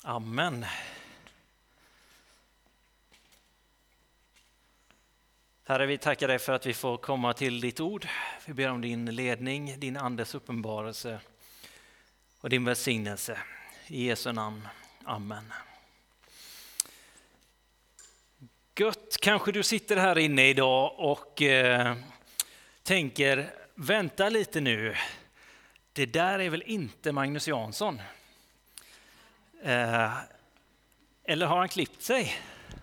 Amen. Herre, vi tackar dig för att vi får komma till ditt ord. Vi ber om din ledning, din andes uppenbarelse och din välsignelse. I Jesu namn. Amen. Gött, kanske du sitter här inne idag och tänker, vänta lite nu. Det där är väl inte Magnus Jansson? Eller har han klippt sig?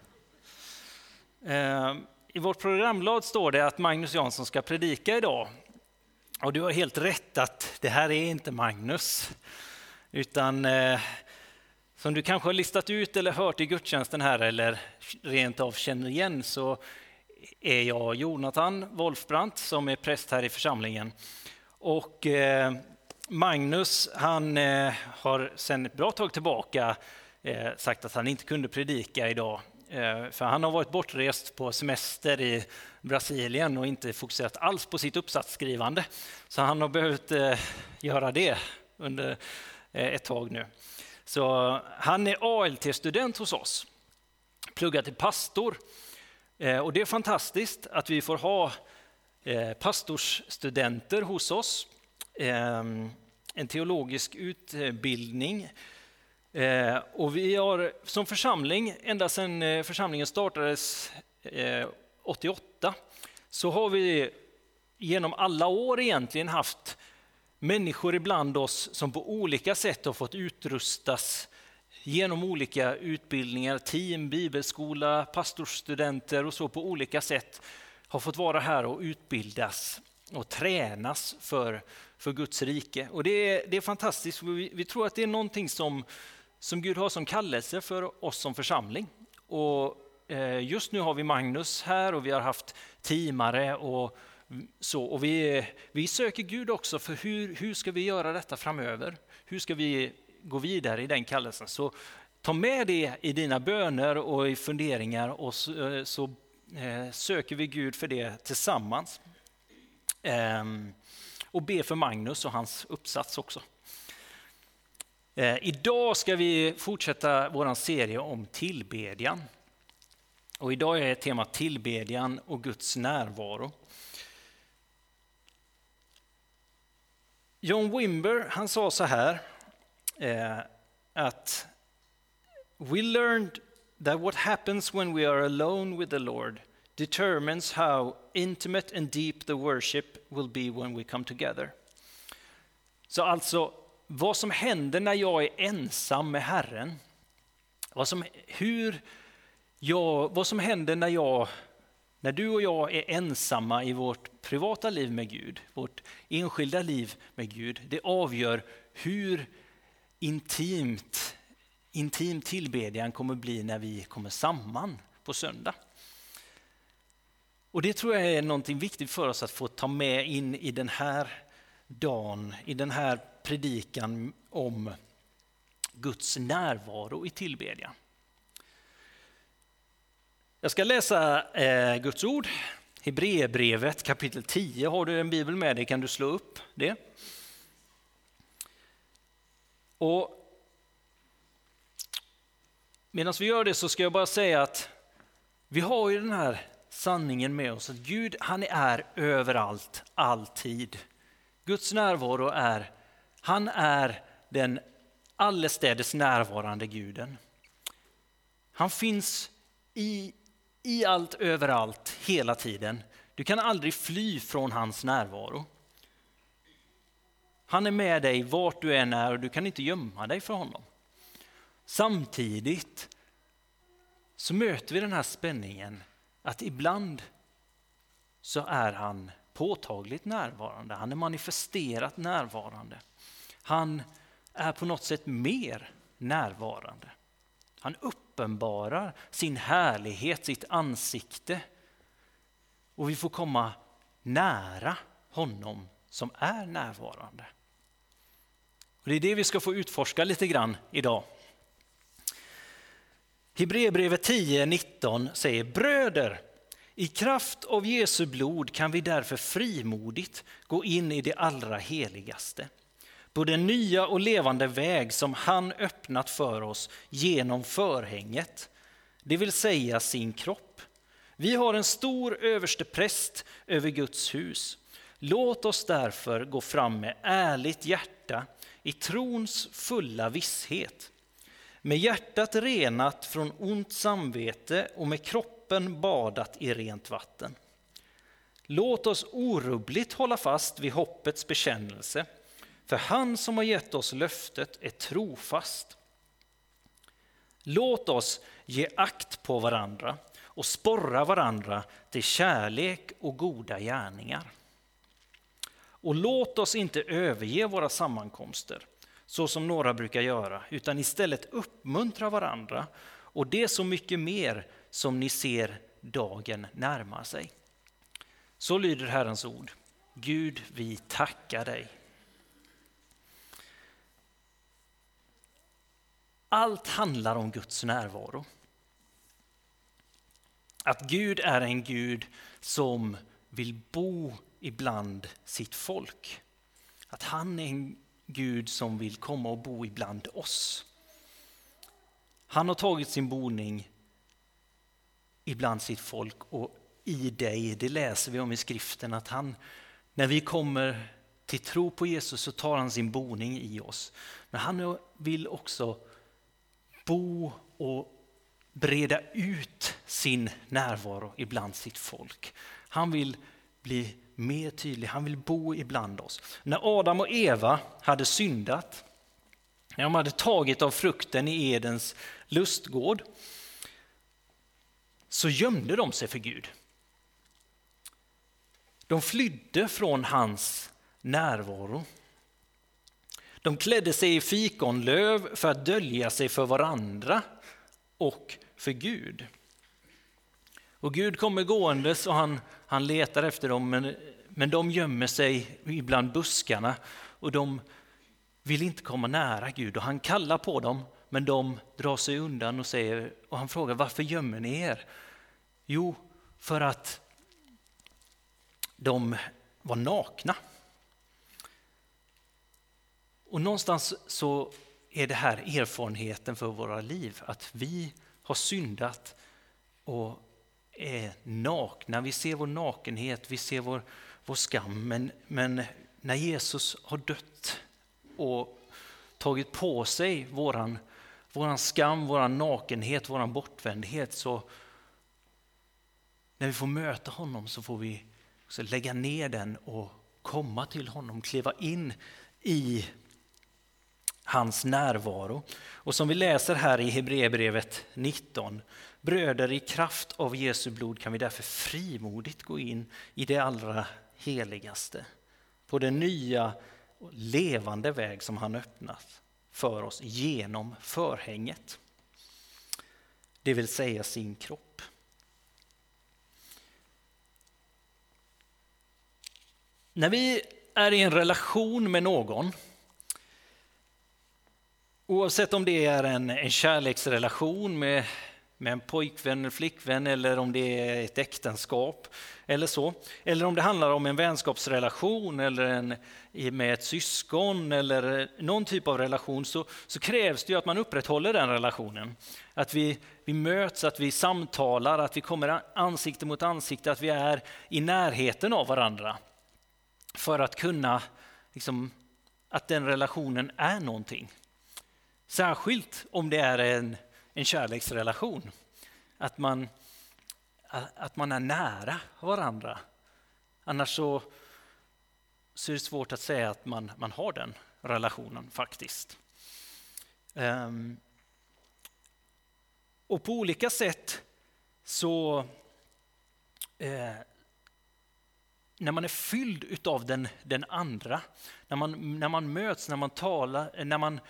I vårt programblad står det att Magnus Jansson ska predika idag. Och du har helt rätt att det här är inte Magnus. Utan som du kanske har listat ut eller hört i gudstjänsten här eller rent av känner igen, så är jag Jonathan Wolfbrandt som är präst här i församlingen. Och Magnus, han har sedan ett bra tag tillbaka sagt att han inte kunde predika idag. För han har varit bortrest på semester i Brasilien och inte fokuserat alls på sitt uppsatsskrivande. Så han har behövt göra det under ett tag nu. Så han är ALT-student hos oss, pluggar till pastor. Och det är fantastiskt att vi får ha pastorsstudenter hos oss. En teologisk utbildning. Och vi har som församling, ända sedan församlingen startades 88, så har vi genom alla år egentligen haft människor ibland oss som på olika sätt har fått utrustas genom olika utbildningar, team, bibelskola, pastorsstudenter och så på olika sätt har fått vara här och utbildas och tränas för Guds rike. Och det är fantastiskt. Vi tror att det är någonting som Gud har som kallelse för oss som församling. Och just nu har vi Magnus här och vi har haft teamare och så. Och vi söker Gud också för hur ska vi göra detta framöver? Hur ska vi gå vidare i den kallelsen? Så ta med det i dina böner och i funderingar och så söker vi Gud för det tillsammans. Och be för Magnus och hans uppsats också. Idag ska vi fortsätta vår serie om tillbedjan. Och idag är temat tillbedjan och Guds närvaro. John Wimber, han sa så här att we learned that what happens when we are alone with the Lord determines how intimate and deep the worship will be when we come together. Så alltså, vad som händer när jag är ensam med Herren, vad som händer när du och jag är ensamma i vårt privata liv med Gud, vårt enskilda liv med Gud, det avgör hur intim tillbedjan kommer bli när vi kommer samman på söndag. Och det tror jag är någonting viktigt för oss att få ta med in i den här dagen, i den här predikan om Guds närvaro i tillbedjan. Jag ska läsa Guds ord, Hebreerbrevet kapitel 10. Har du en bibel med dig kan du slå upp det. Och medan vi gör det så ska jag bara säga att vi har ju den här sanningen med oss att Gud, han är överallt, alltid. Guds närvaro han är den allestädes närvarande Guden. Han finns i allt, överallt, hela tiden. Du kan aldrig fly från hans närvaro. Han är med dig vart du än är och du kan inte gömma dig från honom. Samtidigt så möter vi den här spänningen att ibland så är han påtagligt närvarande. Han är manifesterat närvarande. Han är på något sätt mer närvarande. Han uppenbarar sin härlighet, sitt ansikte. Och vi får komma nära honom som är närvarande. Och det är det vi ska få utforska lite grann idag. Hebreerbrevet 10:19 säger: bröder, i kraft av Jesu blod kan vi därför frimodigt gå in i det allra heligaste. på den nya och levande väg som han öppnat för oss genom förhänget, det vill säga sin kropp. Vi har en stor överstepräst över Guds hus. Låt oss därför gå fram med ärligt hjärta i trons fulla visshet, med hjärtat renat från ont samvete och med kroppen badat i rent vatten. Låt oss orubbligt hålla fast vid hoppets bekännelse, för han som har gett oss löftet är trofast. Låt oss ge akt på varandra och sporra varandra till kärlek och goda gärningar. Och låt oss inte överge våra sammankomster, så som några brukar göra, utan istället uppmuntra varandra, och det så mycket mer som ni ser dagen närma sig. Så lyder Herrens ord. Gud, vi tackar dig. Allt handlar om Guds närvaro. Att Gud är en Gud som vill bo ibland sitt folk. Att han är en Gud som vill komma och bo ibland oss. Han har tagit sin boning ibland sitt folk, och i dig, det läser vi om i skriften, att han, när vi kommer till tro på Jesus, så tar han sin boning i oss. Men han vill också bo och breda ut sin närvaro ibland sitt folk. Han vill bli mer tydlig, han vill bo ibland oss. När Adam och Eva hade syndat, när de hade tagit av frukten i Edens lustgård, så gömde de sig för Gud. De flydde från hans närvaro. De klädde sig i fikonlöv för att dölja sig för varandra och för Gud. Och Gud kommer gåendes och han letar efter dem, men de gömmer sig ibland buskarna och de vill inte komma nära Gud. Och han kallar på dem, men de drar sig undan och han frågar: varför gömmer ni er? Jo, för att de var nakna. Och någonstans så är det här erfarenheten för våra liv, att vi har syndat och är nakna. Vi ser vår nakenhet, vi ser vår skam, men när Jesus har dött och tagit på sig våran skam, våran nakenhet, våran bortvändhet, så när vi får möta honom så får vi också lägga ner den och komma till honom, kliva in i hans närvaro. Och som vi läser här i Hebreerbrevet 19: bröder, i kraft av Jesu blod kan vi därför frimodigt gå in i det allra heligaste, på den nya och levande väg som han öppnat för oss genom förhänget, det vill säga sin kropp. När vi är i en relation med någon, oavsett om det är en kärleksrelation med en pojkvän eller flickvän, eller om det är ett äktenskap eller så, eller om det handlar om en vänskapsrelation eller med ett syskon eller någon typ av relation, så krävs det ju att man upprätthåller den relationen. Att vi möts, att vi samtalar, att vi kommer ansikte mot ansikte, att vi är i närheten av varandra för att kunna, att den relationen är någonting. Särskilt om det är en kärleksrelation. Att man är nära varandra. Annars så är det svårt att säga att man har den relationen faktiskt. Och på olika sätt så när man är fylld utav den andra, när man möts, när man talar, när man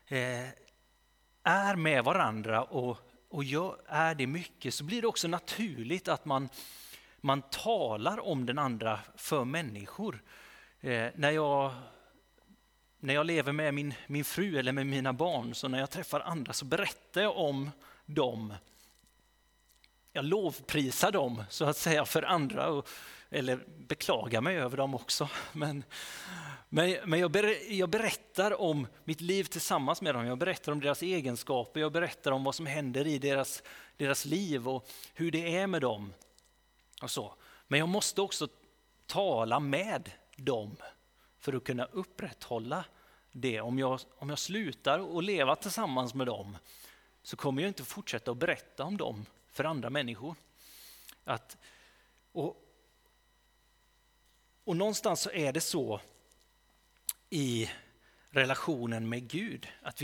är med varandra och är det mycket, så blir det också naturligt att man talar om den andra för människor. När jag lever med min fru eller med mina barn, så när jag träffar andra så berättar jag om dem. Jag lovprisar dem så att säga för andra. Och eller beklagar mig över dem också. Men jag berättar om mitt liv tillsammans med dem. Jag berättar om deras egenskaper, jag berättar om vad som händer i deras liv och hur det är med dem. Och så. Men jag måste också tala med dem för att kunna upprätthålla det. Om jag slutar att leva tillsammans med dem så kommer jag inte fortsätta att berätta om dem för andra människor. Och någonstans så är det så i relationen med Gud att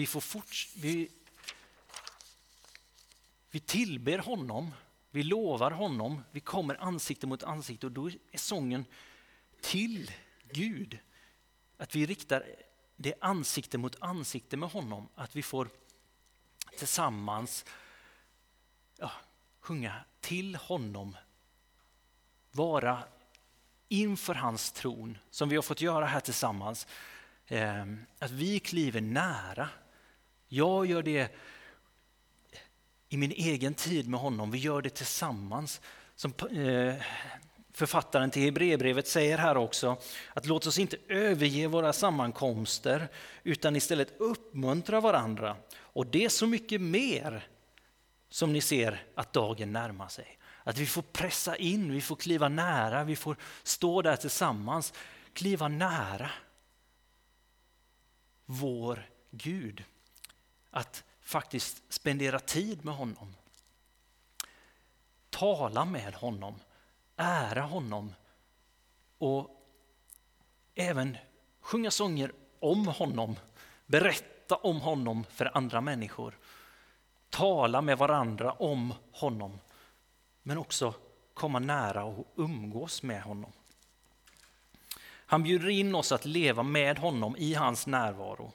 vi tillber honom, vi lovar honom, vi kommer ansikte mot ansikte, och då är sången till Gud. Att vi riktar det ansikte mot ansikte med honom, att vi får tillsammans sjunga till honom, vara inför hans tron som vi har fått göra här tillsammans. Att vi kliver nära. Jag gör det i min egen tid med honom, vi gör det tillsammans. Som författaren till Hebreerbrevet säger här också, att låt oss inte överge våra sammankomster utan istället uppmuntra varandra. Och det är så mycket mer som ni ser att dagen närmar sig. Att vi får pressa in, vi får kliva nära, vi får stå där tillsammans, kliva nära vår Gud. Att faktiskt spendera tid med honom. Tala med honom, ära honom och även sjunga sånger om honom, berätta om honom för andra människor. Tala med varandra om honom, men också komma nära och umgås med honom. Han bjuder in oss att leva med honom i hans närvaro.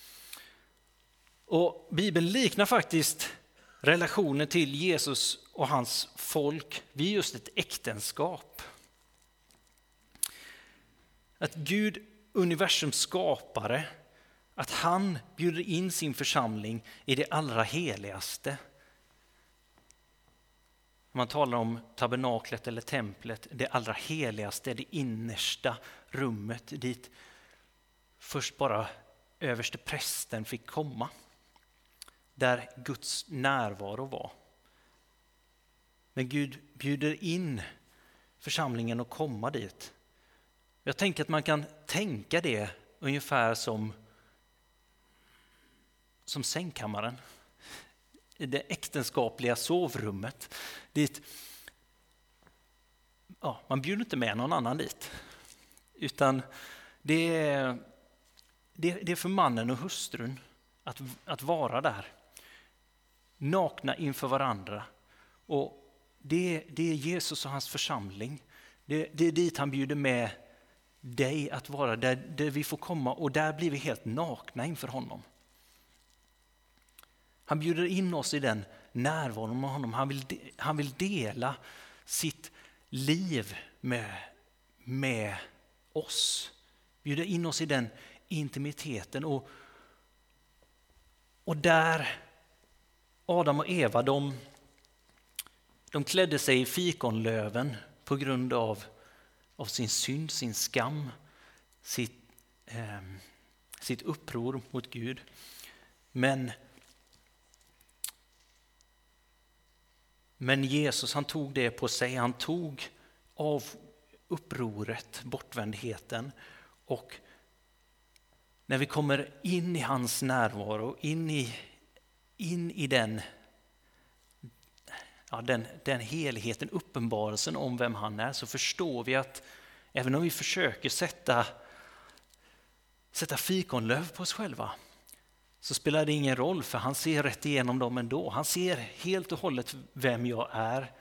Och Bibeln liknar faktiskt relationen till Jesus och hans folk vid just ett äktenskap. Att Gud, universums skapare, att han bjuder in sin församling i det allra heligaste. Man talar om tabernaklet eller templet, det allra heligaste, det innersta rummet dit först bara överste prästen fick komma. Där Guds närvaro var. Men Gud bjuder in församlingen att komma dit. Jag tänker att man kan tänka det ungefär som sängkammaren. I det äktenskapliga sovrummet. Dit, man bjuder inte med någon annan dit. Utan det är för mannen och hustrun att vara där. Nakna inför varandra. Och det är Jesus och hans församling. Det är dit han bjuder med dig att vara. Där vi får komma och där blir vi helt nakna inför honom. Han bjuder in oss i den närvaron med honom. Han vill dela sitt liv med oss. Bjuder in oss i den intimiteten. Och där Adam och Eva, de klädde sig i fikonlöven på grund av sin synd, sin skam, sitt uppror mot Gud. Men Jesus, han tog det på sig, han tog av upproret, bortvändheten, och när vi kommer in i hans närvaro, in i den heligheten, uppenbarelsen om vem han är, så förstår vi att även om vi försöker sätta fikonlöv på oss själva, så spelar det ingen roll, för han ser rätt igenom dem ändå. Han ser helt och hållet vem jag är,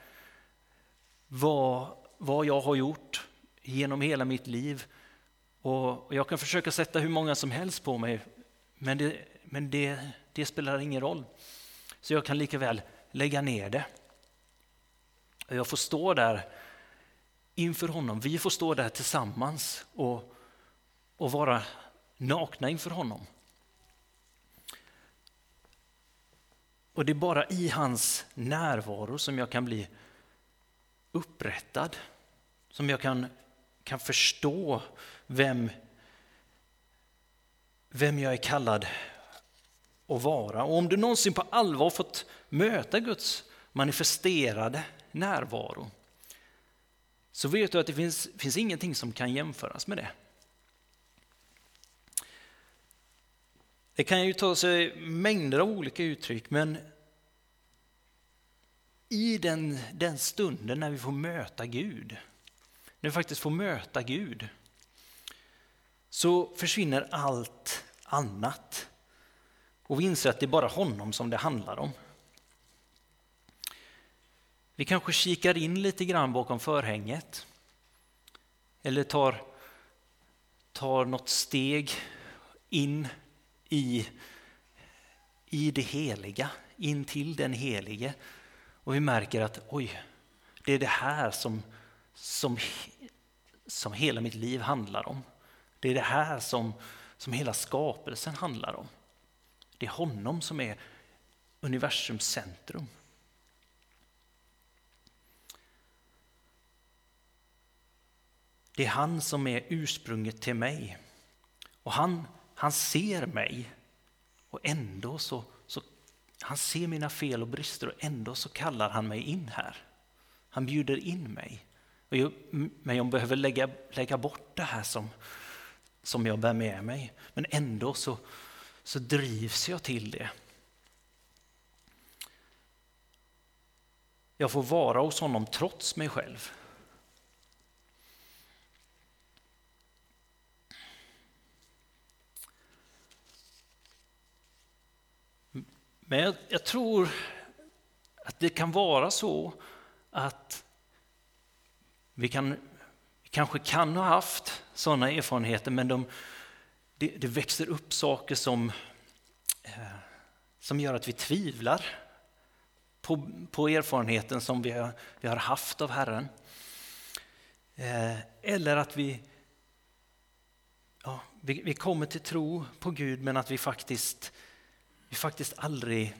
vad jag har gjort genom hela mitt liv. Och jag kan försöka sätta hur många som helst på mig, men det spelar ingen roll. Så jag kan lika väl lägga ner det. Och jag får stå där inför honom. Vi får stå där tillsammans och vara nakna inför honom. Och det är bara i hans närvaro som jag kan bli upprättad. som jag kan förstå vem jag är kallad att vara. Och om du någonsin på allvar fått möta Guds manifesterade närvaro, så vet du att det finns ingenting som kan jämföras med det. Det kan ju ta sig mängder av olika uttryck, men i den stunden när vi får möta Gud, när vi faktiskt får möta Gud, så försvinner allt annat. Och vi inser att det är bara honom som det handlar om. Vi kanske kikar in lite grann bakom förhänget. Eller tar något steg in i det heliga, in till den helige. Och vi märker att det är det här som hela mitt liv handlar om. Det är det här som hela skapelsen handlar om. Det är honom som är universums centrum. Det är han som är ursprunget till mig. Och han ser mig. Och ändå så han ser mina fel och brister, och ändå så kallar han mig in här. Han bjuder in mig. Men jag behöver lägga bort det här som jag bär med mig. Men ändå så drivs jag till det. Jag får vara hos honom trots mig själv. Men jag tror att det kan vara så att vi kanske kan ha haft sådana erfarenheter, men det växer upp saker som gör att vi tvivlar på erfarenheten som vi har haft av Herren. Eller att vi kommer till tro på Gud, men att vi faktiskt aldrig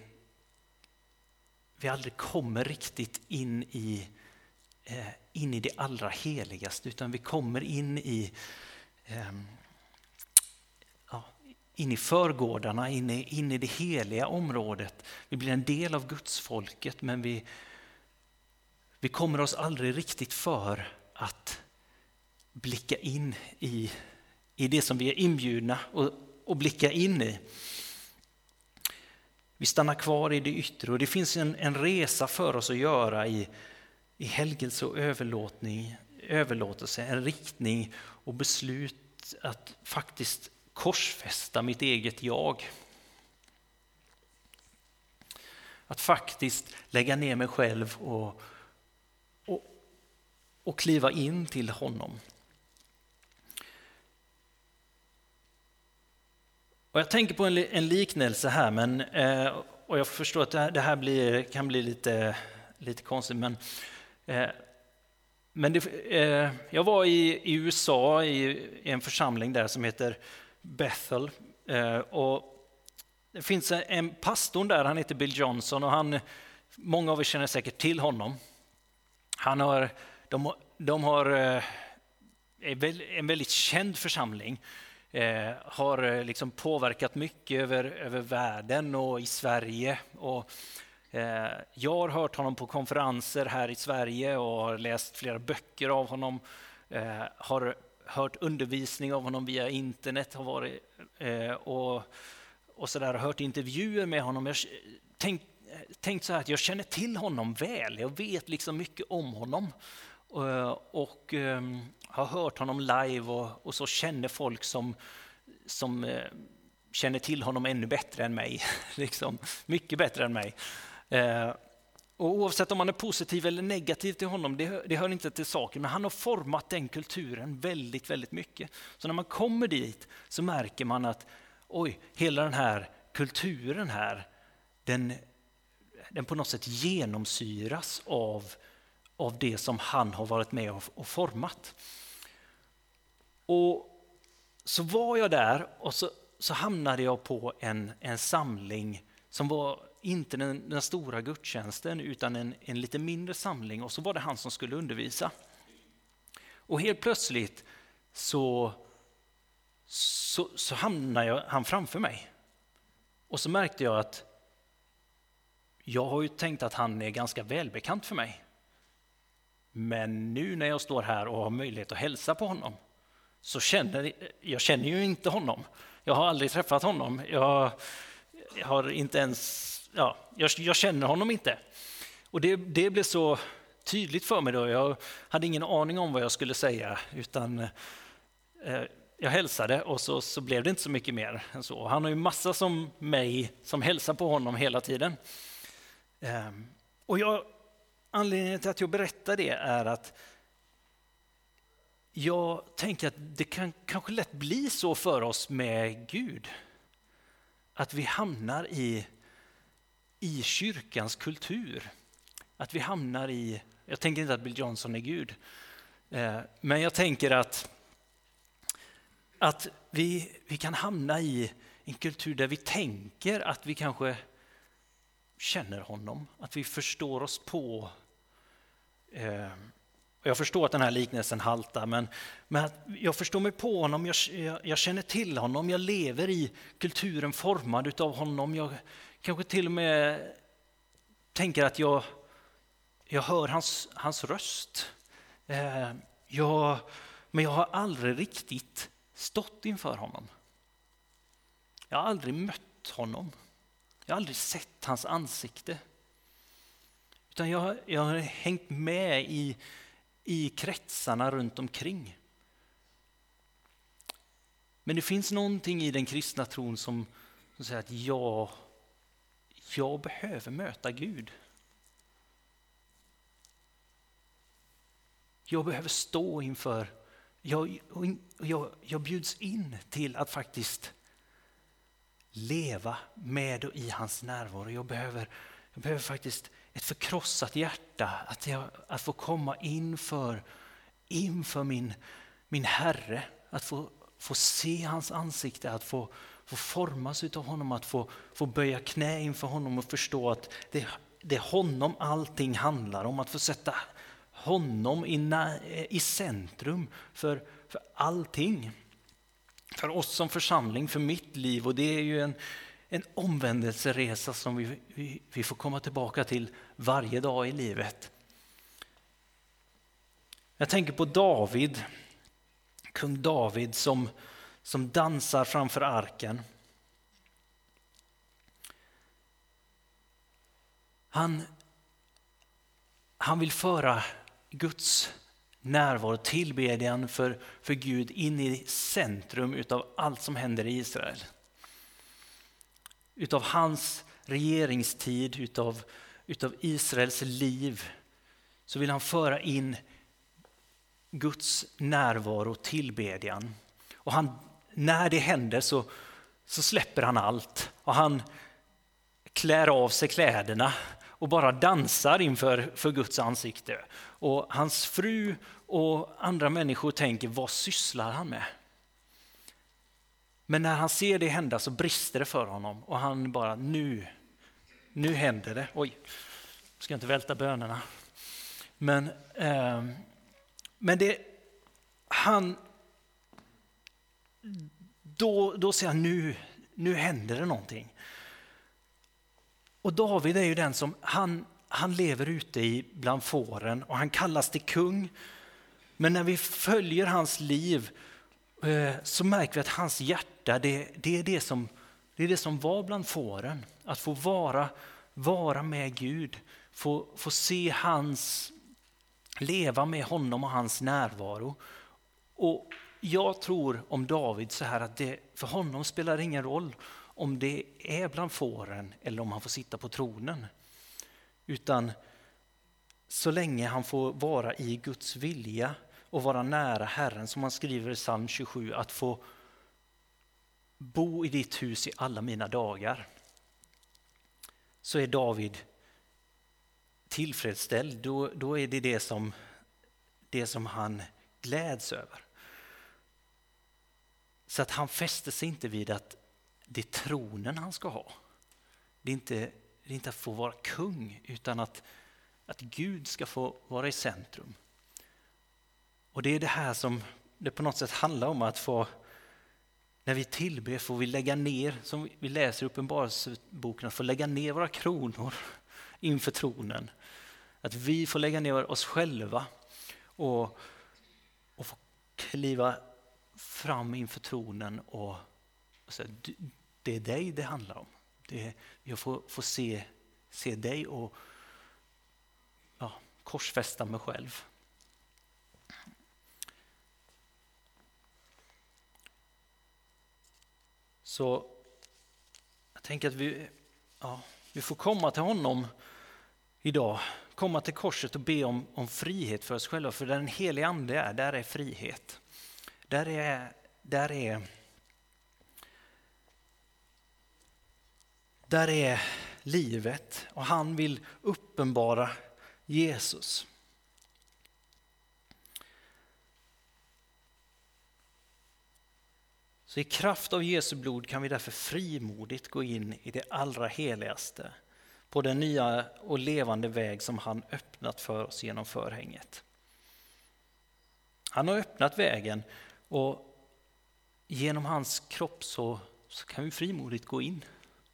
kommer riktigt in i det allra heligaste, utan vi kommer in i förgårdarna, in i det heliga området. Vi blir en del av Guds folket, men vi kommer oss aldrig riktigt för att blicka in i det som vi är inbjudna och blicka in i. Vi stannar kvar i det yttre, och det finns en resa för oss att göra i helgelse och överlåtelse, en riktning och beslut att faktiskt korsfästa mitt eget jag. Att faktiskt lägga ner mig själv och kliva in till honom. Och jag tänker på en liknelse här, och jag förstår att det här kan bli lite konstigt, men jag var i USA i en församling där som heter Bethel, och det finns en pastor där, han heter Bill Johnson, och många av er känner säkert till honom. De har en väldigt känd församling. Har liksom påverkat mycket över världen och i Sverige. Och jag har hört honom på konferenser här i Sverige och har läst flera böcker av honom. Har hört undervisning av honom via internet, har varit och så där, hört intervjuer med honom. Jag tänkt så här att jag känner till honom väl. Jag vet liksom mycket om honom. Och har hört honom live och så känner folk som känner till honom ännu bättre än mig. Liksom, mycket bättre än mig. Och oavsett om man är positiv eller negativ till honom, det hör inte till saken. Men han har format den kulturen väldigt, väldigt mycket. Så när man kommer dit så märker man att hela den här kulturen här, den på något sätt genomsyras av det som han har varit med och format. Och så var jag där, och så hamnade jag på en samling som var inte den stora gudstjänsten, utan en lite mindre samling, och så var det han som skulle undervisa. Och helt plötsligt så hamnade han framför mig. Och så märkte jag att jag har ju tänkt att han är ganska välbekant för mig. Men nu när jag står här och har möjlighet att hälsa på honom så känner jag ju inte honom. Jag har aldrig träffat honom. Jag har inte ens, jag känner honom inte. Och det blev så tydligt för mig då. Jag hade ingen aning om vad jag skulle säga, utan jag hälsade och så blev det inte så mycket mer än så. Han har ju massa som mig som hälsar på honom hela tiden. Och anledningen till att jag berättar det är att jag tänker att det kan kanske lätt bli så för oss med Gud. Att vi hamnar i kyrkans kultur. Att vi hamnar jag tänker inte att Bill Johnson är Gud. Men jag tänker att vi kan hamna i en kultur där vi tänker att vi kanske känner honom. Att vi förstår oss på. Jag förstår att den här liknelsen haltar, men att jag förstår mig på honom, jag känner till honom, jag lever i kulturen formad utav honom. Jag kanske till och med tänker att jag hör hans röst. Men jag har aldrig riktigt stått inför honom. Jag har aldrig mött honom. Jag har aldrig sett hans ansikte. Utan jag har hängt med i kretsarna runt omkring. Men det finns någonting i den kristna tron som säger att jag behöver möta Gud. Jag behöver stå inför, jag bjuds in till att faktiskt leva med och i hans närvaro. Jag behöver faktiskt ett förkrossat hjärta, att få komma inför min Herre, att få se hans ansikte, att få formas utav honom, att få böja knä inför honom och förstå att det är honom allting handlar om, att få sätta honom i centrum för allting. För oss som församling, för mitt liv, och det är ju en omvändelseresa som vi får komma tillbaka till varje dag i livet. Jag tänker på David, kung David som dansar framför arken. Han vill föra Guds närvaro, tillbedjan för Gud in i centrum utav allt som händer i Israel. Utav hans regeringstid, utav Israels liv, så vill han föra in Guds närvaro, tillbedjan. Och när det händer så släpper han allt och han klär av sig kläderna och bara dansar inför Guds ansikte. Och hans fru och andra människor tänker, vad sysslar han med? Men när han ser det hända så brister det för honom och han bara, nu händer det. Oj, ska inte välta bönerna. Men då säger han, nu händer det någonting. Och David är ju den som, han lever ute bland fåren och han kallas till kung. Men när vi följer hans liv så märker vi att hans hjärta, det är det som var bland fåren. Att få vara med Gud, få se leva med honom och hans närvaro. Och jag tror om David så här att för honom spelar det ingen roll om det är bland fåren eller om han får sitta på tronen. Utan så länge han får vara i Guds vilja och vara nära Herren, som han skriver i psalm 27, att få bo i ditt hus i alla mina dagar. Så är David tillfredsställd, då är det som han gläds över. Så att han fäster sig inte vid att det är tronen han ska ha. Det är inte att få vara kung, utan att Gud ska få vara i centrum. Och det är det här som det på något sätt handlar om, att få, när vi tillber får vi lägga ner, som vi läser i Uppenbarelseboken, att få lägga ner våra kronor inför tronen. Att vi får lägga ner oss själva och få kliva fram inför tronen och säga, det är dig det handlar om. Jag får se dig och korsfästa mig själv. Så jag tänker att vi får komma till honom idag. Komma till korset och be om frihet för oss själva. För där den heliga ande är, där är frihet. Där är livet. Och han vill uppenbara Jesus. Så i kraft av Jesu blod kan vi därför frimodigt gå in i det allra heligaste, på den nya och levande väg som han öppnat för oss genom förhänget. Han har öppnat vägen, och genom hans kropp så kan vi frimodigt gå in.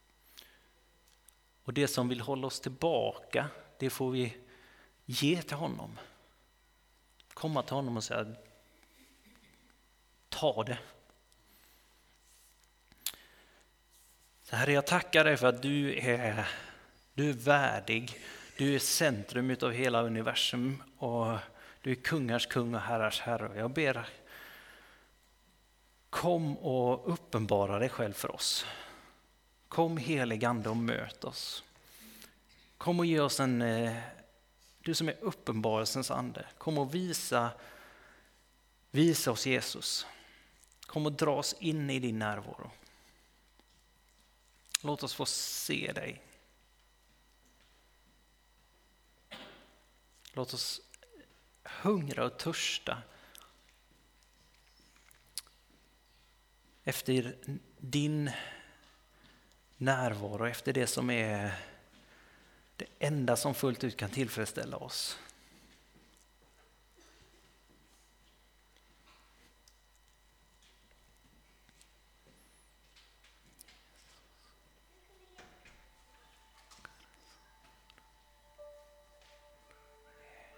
Och det som vill hålla oss tillbaka, det får vi ge till honom. Komma till honom och säga, ta det. Så Herre, jag tackar dig för att du är värdig. Du är centrum av hela universum och du är kungars kung och herrars herre. Jag ber, kom och uppenbara dig själv för oss. Kom helig ande och möt oss. Kom och ge oss du som är uppenbarelsens ande. Kom och visa oss Jesus. Kom och dra oss in i din närvaro. Låt oss få se dig. Låt oss hungra och törsta efter din närvaro, efter det som är det enda som fullt ut kan tillfredsställa oss.